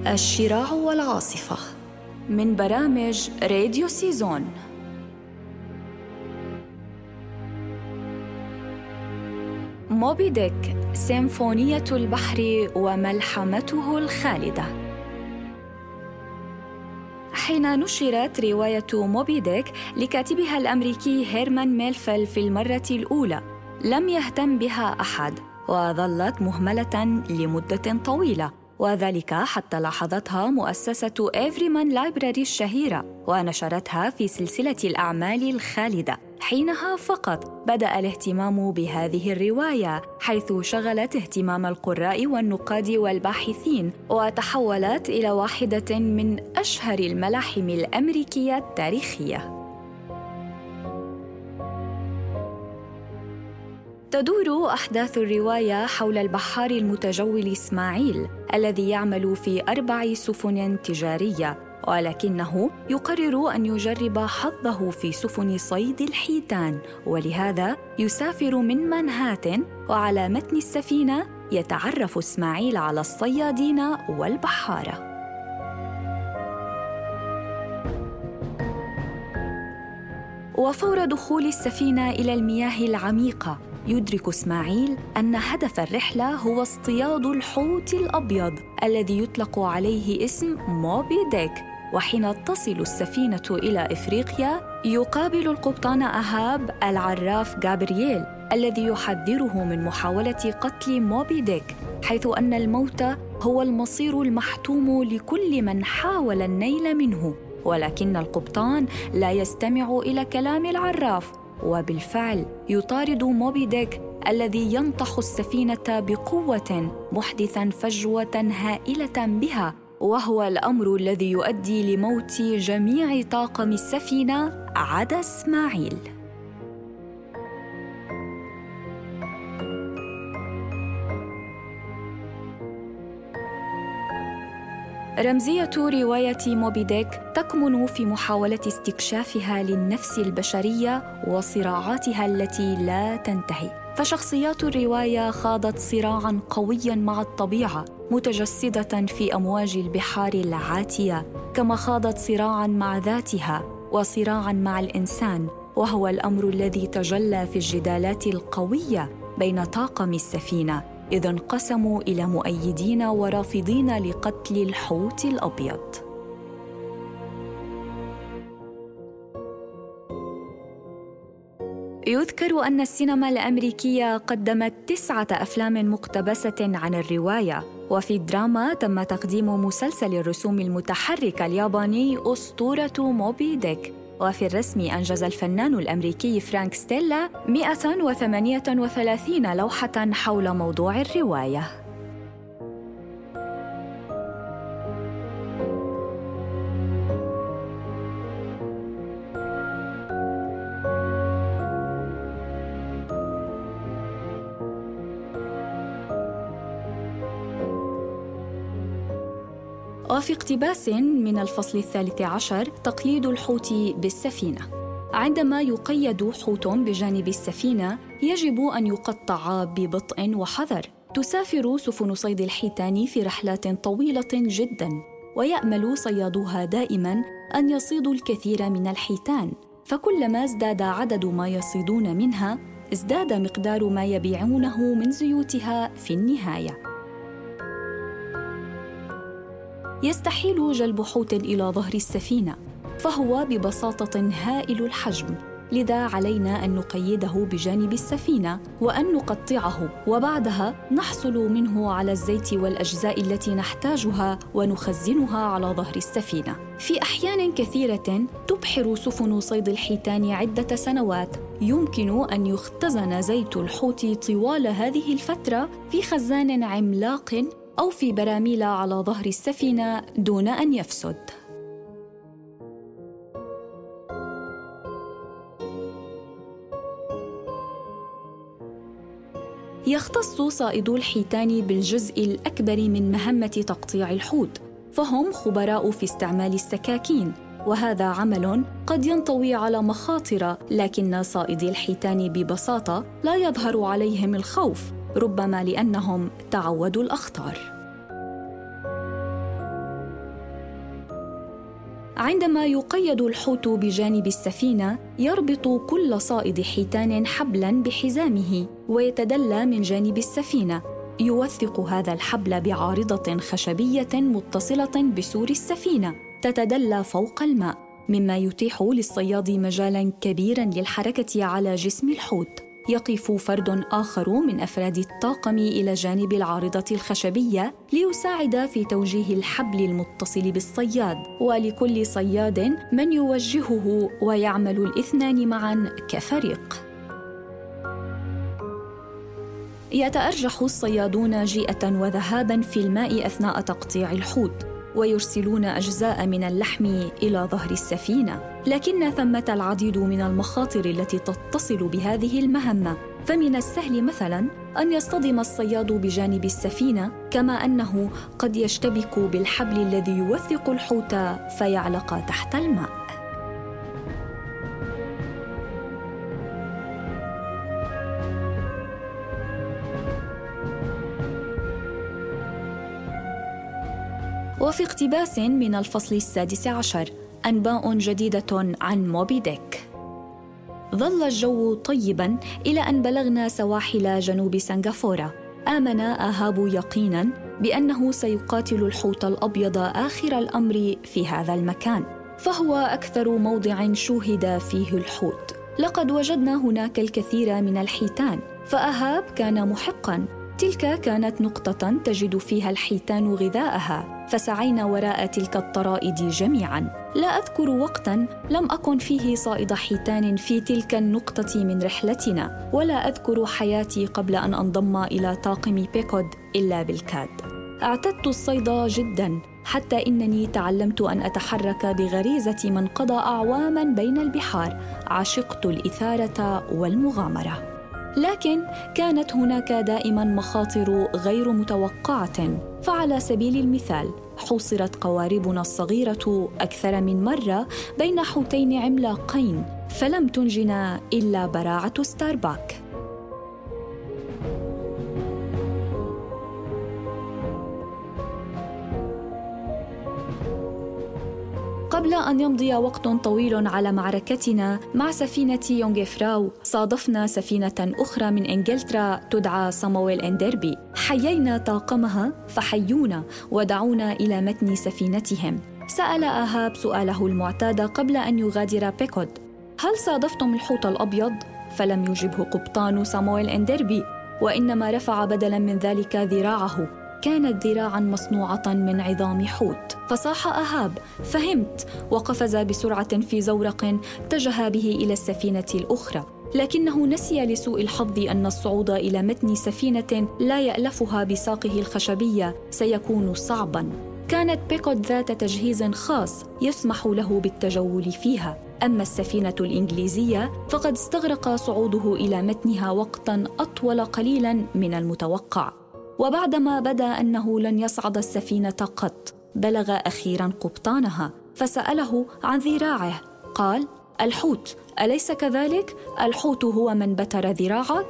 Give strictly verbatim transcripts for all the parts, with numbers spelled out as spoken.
الشراع والعاصفة من برامج راديو سيزون. موبي ديك، سيمفونية البحر وملحمته الخالدة. حين نشرت رواية موبي ديك لكاتبها الأمريكي هيرمان ميلفيل في المرة الأولى، لم يهتم بها أحد، وظلت مهملة لمدة طويلة، وذلك حتى لاحظتها مؤسسة إيفريمان لايبراري الشهيرة ونشرتها في سلسلة الأعمال الخالدة. حينها فقط بدأ الاهتمام بهذه الرواية، حيث شغلت اهتمام القراء والنقاد والباحثين، وتحولت إلى واحدة من أشهر الملاحم الأمريكية التاريخية. تدور أحداث الرواية حول البحار المتجول إسماعيل الذي يعمل في أربع سفن تجارية، ولكنه يقرر أن يجرب حظه في سفن صيد الحيتان، ولهذا يسافر من منهاتن، وعلى متن السفينة يتعرف إسماعيل على الصيادين والبحارة. وفور دخول السفينة إلى المياه العميقة يدرك إسماعيل أن هدف الرحلة هو اصطياد الحوت الأبيض الذي يطلق عليه اسم موبي ديك. وحين تصل السفينة إلى إفريقيا يقابل القبطان أهاب العراف جابرييل الذي يحذره من محاولة قتل موبي ديك، حيث أن الموت هو المصير المحتوم لكل من حاول النيل منه. ولكن القبطان لا يستمع إلى كلام العراف، وبالفعل يطارد موبي ديك الذي ينطح السفينة بقوة، محدثاً فجوة هائلة بها، وهو الأمر الذي يؤدي لموت جميع طاقم السفينة عدا إسماعيل. رمزية رواية موبي ديك تكمن في محاولة استكشافها للنفس البشرية وصراعاتها التي لا تنتهي. فشخصيات الرواية خاضت صراعاً قوياً مع الطبيعة، متجسدة في أمواج البحار العاتية، كما خاضت صراعاً مع ذاتها وصراعاً مع الإنسان، وهو الأمر الذي تجلى في الجدالات القوية بين طاقم السفينة، إذ انقسموا إلى مؤيدين ورافضين لقتل الحوت الأبيض. يذكر أن السينما الأمريكية قدمت تسعة أفلام مقتبسة عن الرواية، وفي الدراما تم تقديم مسلسل الرسوم المتحركة الياباني أسطورة موبي ديك، وفي الرسم أنجز الفنان الأمريكي فرانك ستيلا مئة وثمانية وثلاثين لوحة حول موضوع الرواية. وفي اقتباس من الفصل الثالث عشر تقييد الحوت بالسفينة. عندما يقيد حوت بجانب السفينة يجب أن يقطع ببطء وحذر. تسافر سفن صيد الحيتان في رحلات طويلة جداً، ويأمل صيادوها دائماً أن يصيدوا الكثير من الحيتان، فكلما ازداد عدد ما يصيدون منها ازداد مقدار ما يبيعونه من زيوتها في النهاية. يستحيل جلب حوت إلى ظهر السفينة، فهو ببساطة هائل الحجم، لذا علينا أن نقيده بجانب السفينة وأن نقطعه، وبعدها نحصل منه على الزيت والأجزاء التي نحتاجها ونخزنها على ظهر السفينة. في أحيان كثيرة تبحر سفن صيد الحيتان عدة سنوات، يمكن أن يختزن زيت الحوت طوال هذه الفترة في خزان عملاق أو في براميل على ظهر السفينة دون أن يفسد. يختص صائدو الحيتان بالجزء الأكبر من مهمة تقطيع الحوت، فهم خبراء في استعمال السكاكين، وهذا عمل قد ينطوي على مخاطر، لكن صائدي الحيتان ببساطة لا يظهر عليهم الخوف، ربما لأنهم تعودوا الأخطار. عندما يقيد الحوت بجانب السفينة، يربط كل صائد حيتان حبلاً بحزامه ويتدلى من جانب السفينة. يوثق هذا الحبل بعارضة خشبية متصلة بسور السفينة تتدلى فوق الماء، مما يتيح للصياد مجالاً كبيراً للحركة على جسم الحوت. يقف فرد آخر من أفراد الطاقم إلى جانب العارضة الخشبية ليساعد في توجيه الحبل المتصل بالصياد، ولكل صياد من يوجهه، ويعمل الاثنان معاً كفريق. يتأرجح الصيادون جيئة وذهاباً في الماء أثناء تقطيع الحوت، ويرسلون أجزاء من اللحم إلى ظهر السفينة، لكن ثمة العديد من المخاطر التي تتصل بهذه المهمة. فمن السهل مثلاً أن يصطدم الصياد بجانب السفينة، كما أنه قد يشتبك بالحبل الذي يوثق الحوت فيعلق تحت الماء. وفي اقتباس من الفصل السادس عشر، أنباء جديدة عن موبي ديك. ظل الجو طيباً إلى أن بلغنا سواحل جنوب سنغافورة. آمن آهاب يقيناً بأنه سيقاتل الحوت الأبيض آخر الأمر في هذا المكان، فهو أكثر موضع شوهد فيه الحوت. لقد وجدنا هناك الكثير من الحيتان، فآهاب كان محقاً. تلك كانت نقطة تجد فيها الحيتان غذاءها، فسعينا وراء تلك الطرائد جميعاً. لا أذكر وقتاً لم أكن فيه صائد حيتان في تلك النقطة من رحلتنا، ولا أذكر حياتي قبل أن أنضم إلى طاقم بيكود إلا بالكاد. اعتدت الصيد جداً، حتى إنني تعلمت أن أتحرك بغريزة من قضى أعواماً بين البحار. عشقت الإثارة والمغامرة، لكن كانت هناك دائماً مخاطر غير متوقعة. فعلى سبيل المثال، حوصرت قواربنا الصغيرة أكثر من مرة بين حوتين عملاقين، فلم تنجنا إلا براعة ستارباك. قبل أن يمضي وقت طويل على معركتنا مع سفينة يونغفراو، صادفنا سفينة أخرى من إنجلترا تدعى سامويل إندربي. حيينا طاقمها فحيونا ودعونا إلى متن سفينتهم. سأل آهاب سؤاله المعتاد قبل أن يغادر بيكود: هل صادفتم الحوت الأبيض؟ فلم يجبه قبطان سامويل إندربي، وإنما رفع بدلاً من ذلك ذراعه. كانت ذراعاً مصنوعة من عظام حوت. فصاح آهاب: فهمت، وقفز بسرعة في زورق اتجه به إلى السفينة الأخرى، لكنه نسي لسوء الحظ أن الصعود إلى متن سفينة لا يألفها بساقه الخشبية سيكون صعباً. كانت بيكود ذات تجهيز خاص يسمح له بالتجول فيها، أما السفينة الإنجليزية فقد استغرق صعوده إلى متنها وقتاً أطول قليلاً من المتوقع. وبعدما بدا أنه لن يصعد السفينة قط، بلغ أخيراً قبطانها فسأله عن ذراعه. قال: الحوت، أليس كذلك؟ الحوت هو من بتر ذراعك؟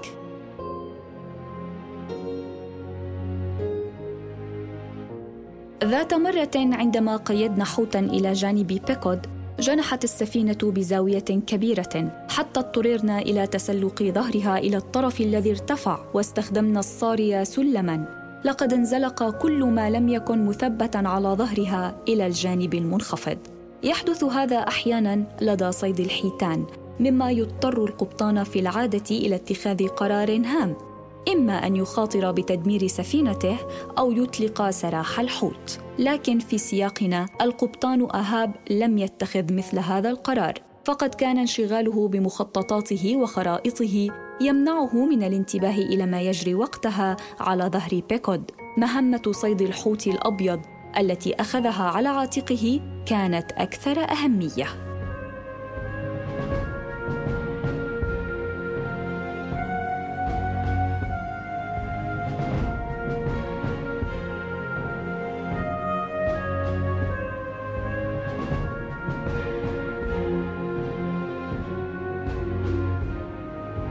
ذات مرة عندما قيدنا حوتاً إلى جانب بيكود، جنحت السفينة بزاوية كبيرة حتى اضطررنا إلى تسلق ظهرها إلى الطرف الذي ارتفع، واستخدمنا الصاري سلماً. لقد انزلق كل ما لم يكن مثبتاً على ظهرها إلى الجانب المنخفض. يحدث هذا أحياناً لدى صيد الحيتان، مما يضطر القبطان في العادة إلى اتخاذ قرار هام، إما أن يخاطر بتدمير سفينته أو يطلق سراح الحوت. لكن في سياقنا، القبطان آهاب لم يتخذ مثل هذا القرار، فقد كان انشغاله بمخططاته وخرائطه يمنعه من الانتباه إلى ما يجري وقتها على ظهر بيكود. مهمة صيد الحوت الأبيض التي أخذها على عاتقه كانت أكثر أهمية.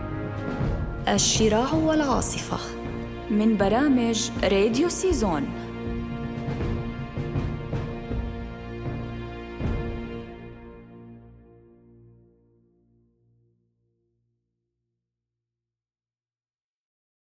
الشراع والعاصفة من برامج راديو سيزون.